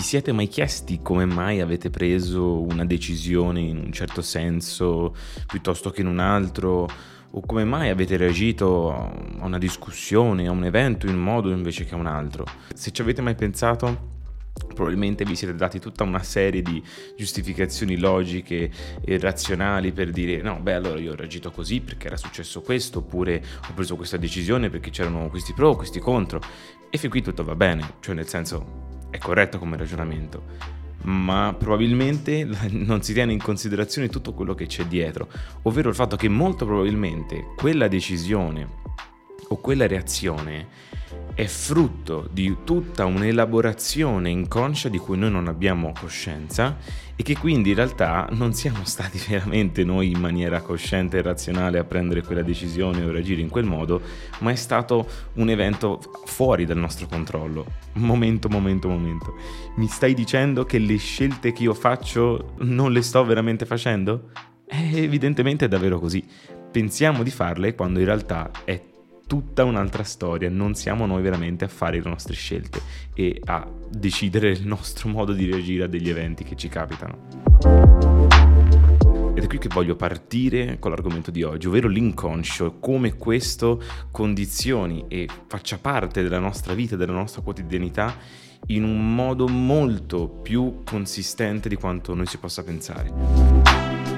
siete mai chiesti come mai avete preso una decisione in un certo senso piuttosto che in un altro? O come mai avete reagito a una discussione, a un evento in un modo invece che a un altro? Se ci avete mai pensato, probabilmente vi siete dati tutta una serie di giustificazioni logiche e razionali per dire no, allora io ho reagito così perché era successo questo, oppure ho preso questa decisione perché c'erano questi pro, questi contro, e fin qui tutto va bene, cioè nel senso è corretto come ragionamento, ma probabilmente non si tiene in considerazione tutto quello che c'è dietro, ovvero il fatto che molto probabilmente quella decisione o quella reazione è frutto di tutta un'elaborazione inconscia di cui noi non abbiamo coscienza e che quindi in realtà non siamo stati veramente noi in maniera cosciente e razionale a prendere quella decisione o reagire in quel modo, ma è stato un evento fuori dal nostro controllo. Momento. Mi stai dicendo che le scelte che io faccio non le sto veramente facendo? Evidentemente è davvero così. Pensiamo di farle quando in realtà è tutta un'altra storia, non siamo noi veramente a fare le nostre scelte e a decidere il nostro modo di reagire a degli eventi che ci capitano. Ed è qui che voglio partire con l'argomento di oggi, ovvero l'inconscio, come questo condizioni e faccia parte della nostra vita, della nostra quotidianità in un modo molto più consistente di quanto noi si possa pensare.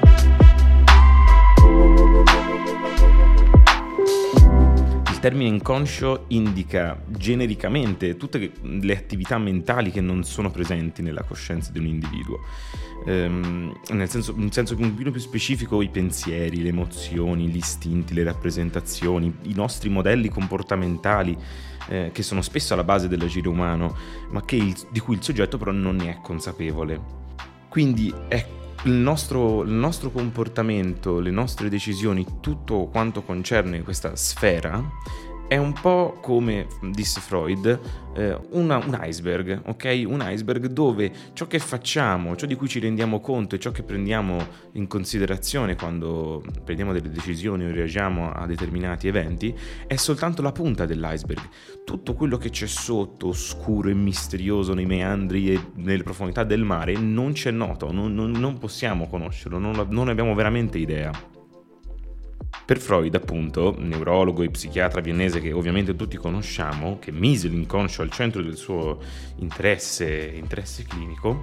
Il termine inconscio indica genericamente tutte le attività mentali che non sono presenti nella coscienza di un individuo. In senso un pochino più specifico, i pensieri, le emozioni, gli istinti, le rappresentazioni, i nostri modelli comportamentali che sono spesso alla base dell'agire umano, ma di cui il soggetto però non ne è consapevole. Quindi è il nostro comportamento, le nostre decisioni, tutto quanto concerne questa sfera, è un po' come disse Freud, un iceberg, ok? Un iceberg dove ciò che facciamo, ciò di cui ci rendiamo conto e ciò che prendiamo in considerazione quando prendiamo delle decisioni o reagiamo a determinati eventi è soltanto la punta dell'iceberg. Tutto quello che c'è sotto, oscuro e misterioso nei meandri e nelle profondità del mare, non c'è noto, non possiamo conoscerlo, non ne abbiamo veramente idea. Per Freud, appunto, neurologo e psichiatra viennese che ovviamente tutti conosciamo, che mise l'inconscio al centro del suo interesse clinico,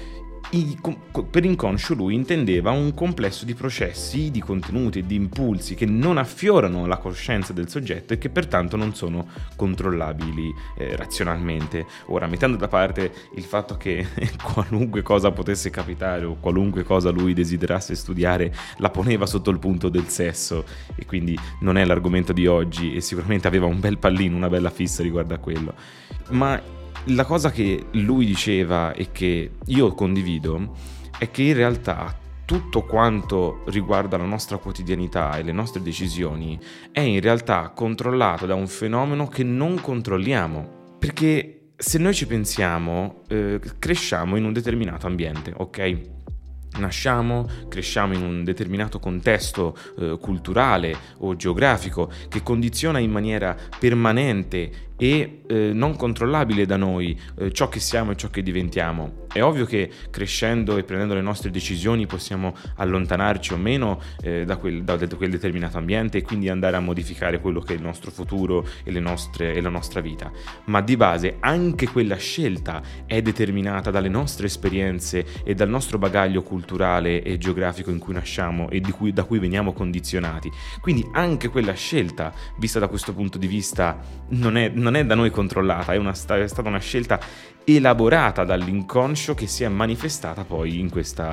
per inconscio lui intendeva un complesso di processi, di contenuti e di impulsi che non affiorano la coscienza del soggetto e che pertanto non sono controllabili razionalmente. Ora, mettendo da parte il fatto che qualunque cosa potesse capitare o qualunque cosa lui desiderasse studiare la poneva sotto il punto del sesso e quindi non è l'argomento di oggi e sicuramente aveva un bel pallino, una bella fissa riguardo a quello, ma la cosa che lui diceva e che io condivido è che in realtà tutto quanto riguarda la nostra quotidianità e le nostre decisioni è in realtà controllato da un fenomeno che non controlliamo. Perché se noi ci pensiamo, cresciamo in un determinato ambiente, ok? Nasciamo, cresciamo in un determinato contesto culturale o geografico che condiziona in maniera permanente e non controllabile da noi ciò che siamo e ciò che diventiamo. È ovvio che crescendo e prendendo le nostre decisioni possiamo allontanarci o meno da quel determinato ambiente e quindi andare a modificare quello che è il nostro futuro e la nostra vita. Ma di base anche quella scelta è determinata dalle nostre esperienze e dal nostro bagaglio culturale e geografico in cui nasciamo e da cui veniamo condizionati. Quindi anche quella scelta, vista da questo punto di vista, non è da noi controllata, è stata una scelta elaborata dall'inconscio che si è manifestata poi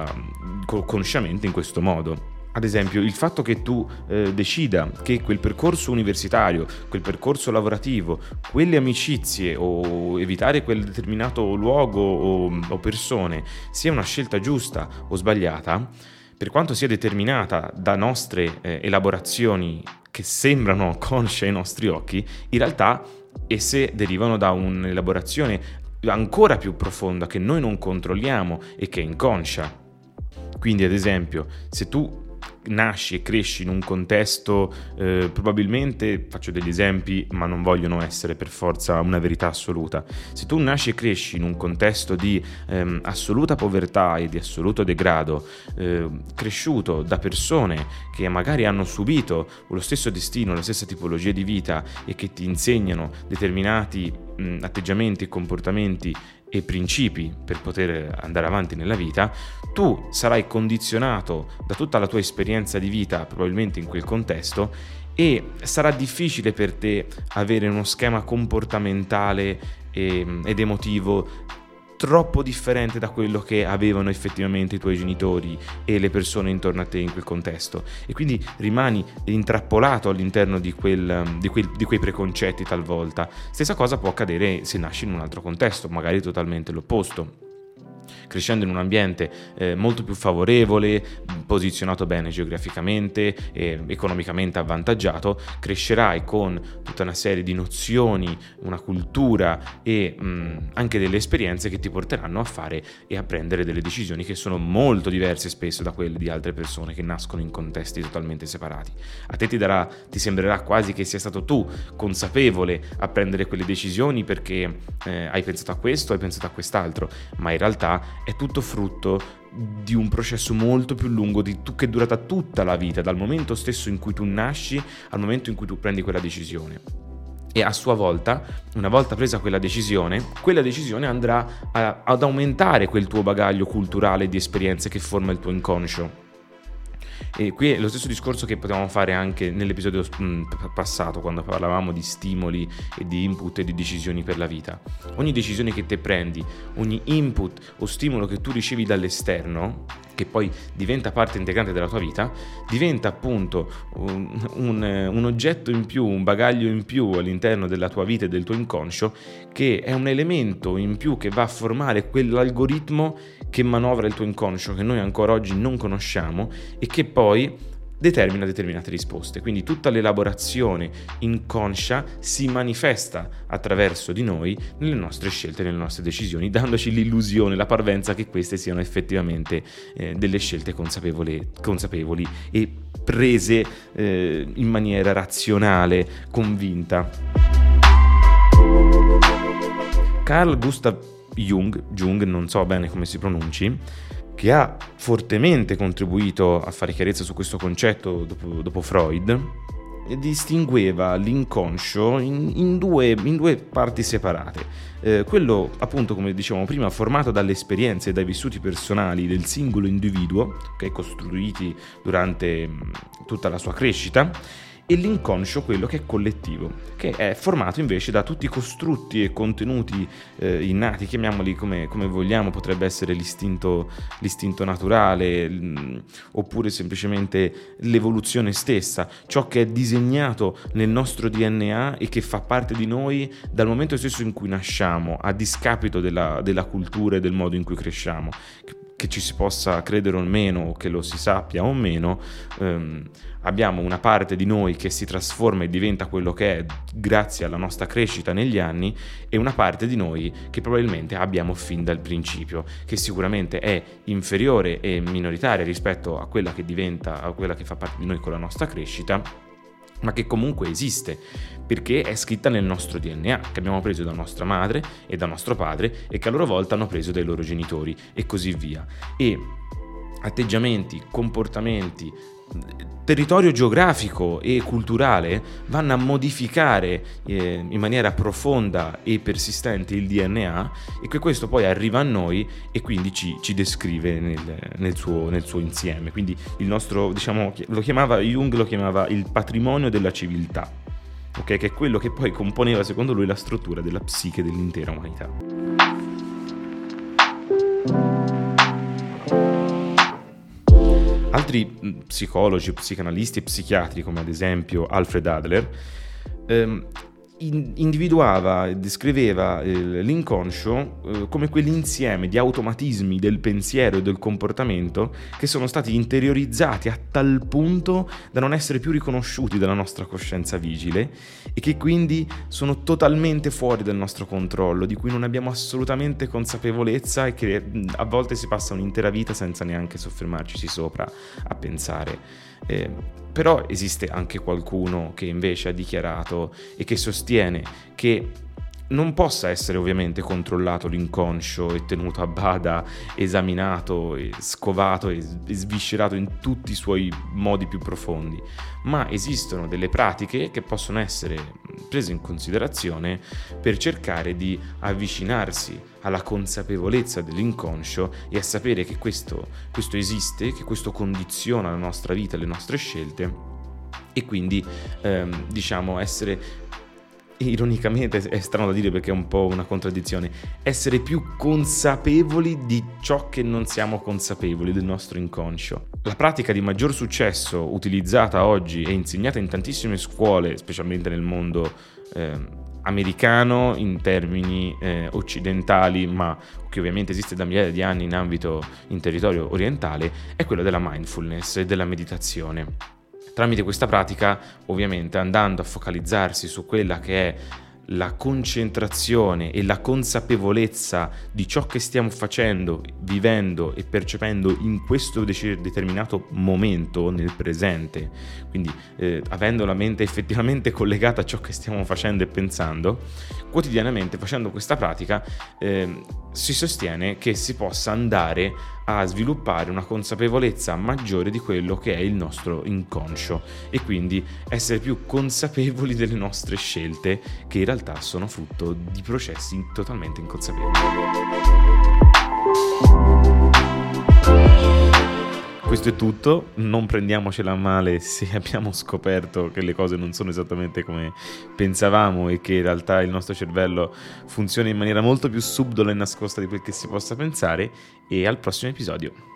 consciamente in questo modo. Ad esempio, il fatto che tu decida che quel percorso universitario, quel percorso lavorativo, quelle amicizie o evitare quel determinato luogo o persone sia una scelta giusta o sbagliata, per quanto sia determinata da nostre elaborazioni che sembrano consce ai nostri occhi, in realtà esse derivano da un'elaborazione ancora più profonda che noi non controlliamo e che è inconscia. Quindi, ad esempio, se tu nasci e cresci in un contesto, probabilmente, faccio degli esempi ma non vogliono essere per forza una verità assoluta, se tu nasci e cresci in un contesto di assoluta povertà e di assoluto degrado, cresciuto da persone che magari hanno subito lo stesso destino, la stessa tipologia di vita e che ti insegnano determinati atteggiamenti, comportamenti e principi per poter andare avanti nella vita, tu sarai condizionato da tutta la tua esperienza di vita probabilmente in quel contesto e sarà difficile per te avere uno schema comportamentale ed emotivo troppo differente da quello che avevano effettivamente i tuoi genitori e le persone intorno a te in quel contesto, e quindi rimani intrappolato all'interno di quei preconcetti talvolta. Stessa cosa può accadere se nasci in un altro contesto, magari totalmente l'opposto. Crescendo in un ambiente molto più favorevole, posizionato bene geograficamente e economicamente avvantaggiato, crescerai con tutta una serie di nozioni, una cultura e anche delle esperienze che ti porteranno a fare e a prendere delle decisioni che sono molto diverse spesso da quelle di altre persone che nascono in contesti totalmente separati. A te ti sembrerà quasi che sia stato tu consapevole a prendere quelle decisioni perché hai pensato a questo, hai pensato a quest'altro, ma in realtà è tutto frutto di un processo molto più lungo che è durata tutta la vita, dal momento stesso in cui tu nasci al momento in cui tu prendi quella decisione. E a sua volta, una volta presa quella decisione andrà ad aumentare quel tuo bagaglio culturale di esperienze che forma il tuo inconscio. E qui è lo stesso discorso che potevamo fare anche nell'episodio passato, quando parlavamo di stimoli e di input e di decisioni per la vita. Ogni decisione che te prendi, ogni input o stimolo che tu ricevi dall'esterno, che poi diventa parte integrante della tua vita, diventa appunto un oggetto in più, un bagaglio in più all'interno della tua vita e del tuo inconscio, che è un elemento in più che va a formare quell'algoritmo che manovra il tuo inconscio, che noi ancora oggi non conosciamo e che poi determina determinate risposte. Quindi tutta l'elaborazione inconscia si manifesta attraverso di noi nelle nostre scelte, nelle nostre decisioni, dandoci l'illusione, la parvenza che queste siano effettivamente delle scelte consapevoli e prese in maniera razionale, convinta. Carl Gustav Jung, non so bene come si pronunci, che ha fortemente contribuito a fare chiarezza su questo concetto dopo Freud, distingueva l'inconscio in due parti separate. Quello, appunto, come dicevamo prima, formato dalle esperienze e dai vissuti personali del singolo individuo, costruiti durante tutta la sua crescita, e l'inconscio, quello che è collettivo, che è formato invece da tutti i costrutti e contenuti innati, chiamiamoli come vogliamo, potrebbe essere l'istinto naturale, oppure semplicemente l'evoluzione stessa, ciò che è disegnato nel nostro DNA e che fa parte di noi dal momento stesso in cui nasciamo, a discapito della cultura e del modo in cui cresciamo. Che ci si possa credere o meno, o che lo si sappia o meno, abbiamo una parte di noi che si trasforma e diventa quello che è grazie alla nostra crescita negli anni, e una parte di noi che probabilmente abbiamo fin dal principio, che sicuramente è inferiore e minoritaria rispetto a quella che fa parte di noi con la nostra crescita, ma che comunque esiste, perché è scritta nel nostro DNA, che abbiamo preso da nostra madre e da nostro padre e che a loro volta hanno preso dai loro genitori e così via. E atteggiamenti, comportamenti, territorio geografico e culturale vanno a modificare in maniera profonda e persistente il DNA, e che questo poi arriva a noi e quindi ci descrive nel suo insieme. Quindi il nostro, Jung lo chiamava il patrimonio della civiltà, okay? Che è quello che poi componeva, secondo lui, la struttura della psiche dell'intera umanità. Altri psicologi, psicanalisti e psichiatri, come ad esempio Alfred Adler, individuava, descriveva l'inconscio come quell'insieme di automatismi del pensiero e del comportamento che sono stati interiorizzati a tal punto da non essere più riconosciuti dalla nostra coscienza vigile e che quindi sono totalmente fuori dal nostro controllo, di cui non abbiamo assolutamente consapevolezza e che a volte si passa un'intera vita senza neanche soffermarci sopra a pensare. Però esiste anche qualcuno che invece ha dichiarato e che sostiene che non possa essere ovviamente controllato l'inconscio e tenuto a bada, esaminato e scovato e sviscerato in tutti i suoi modi più profondi, ma esistono delle pratiche che possono essere prese in considerazione per cercare di avvicinarsi alla consapevolezza dell'inconscio e a sapere che questo esiste, che questo condiziona la nostra vita e le nostre scelte e quindi essere, ironicamente è strano da dire perché è un po' una contraddizione, essere più consapevoli di ciò che non siamo consapevoli del nostro inconscio. La pratica di maggior successo utilizzata oggi e insegnata in tantissime scuole, specialmente nel mondo americano in termini occidentali, ma che ovviamente esiste da migliaia di anni in territorio orientale, è quella della mindfulness e della meditazione. Tramite questa pratica, ovviamente, andando a focalizzarsi su quella che è la concentrazione e la consapevolezza di ciò che stiamo facendo, vivendo e percependo in questo determinato momento, nel presente, quindi avendo la mente effettivamente collegata a ciò che stiamo facendo e pensando, quotidianamente facendo questa pratica si sostiene che si possa andare a sviluppare una consapevolezza maggiore di quello che è il nostro inconscio e quindi essere più consapevoli delle nostre scelte, che in realtà sono frutto di processi totalmente inconsapevoli. Questo è tutto, non prendiamocela a male se abbiamo scoperto che le cose non sono esattamente come pensavamo e che in realtà il nostro cervello funziona in maniera molto più subdola e nascosta di quel che si possa pensare, e al prossimo episodio.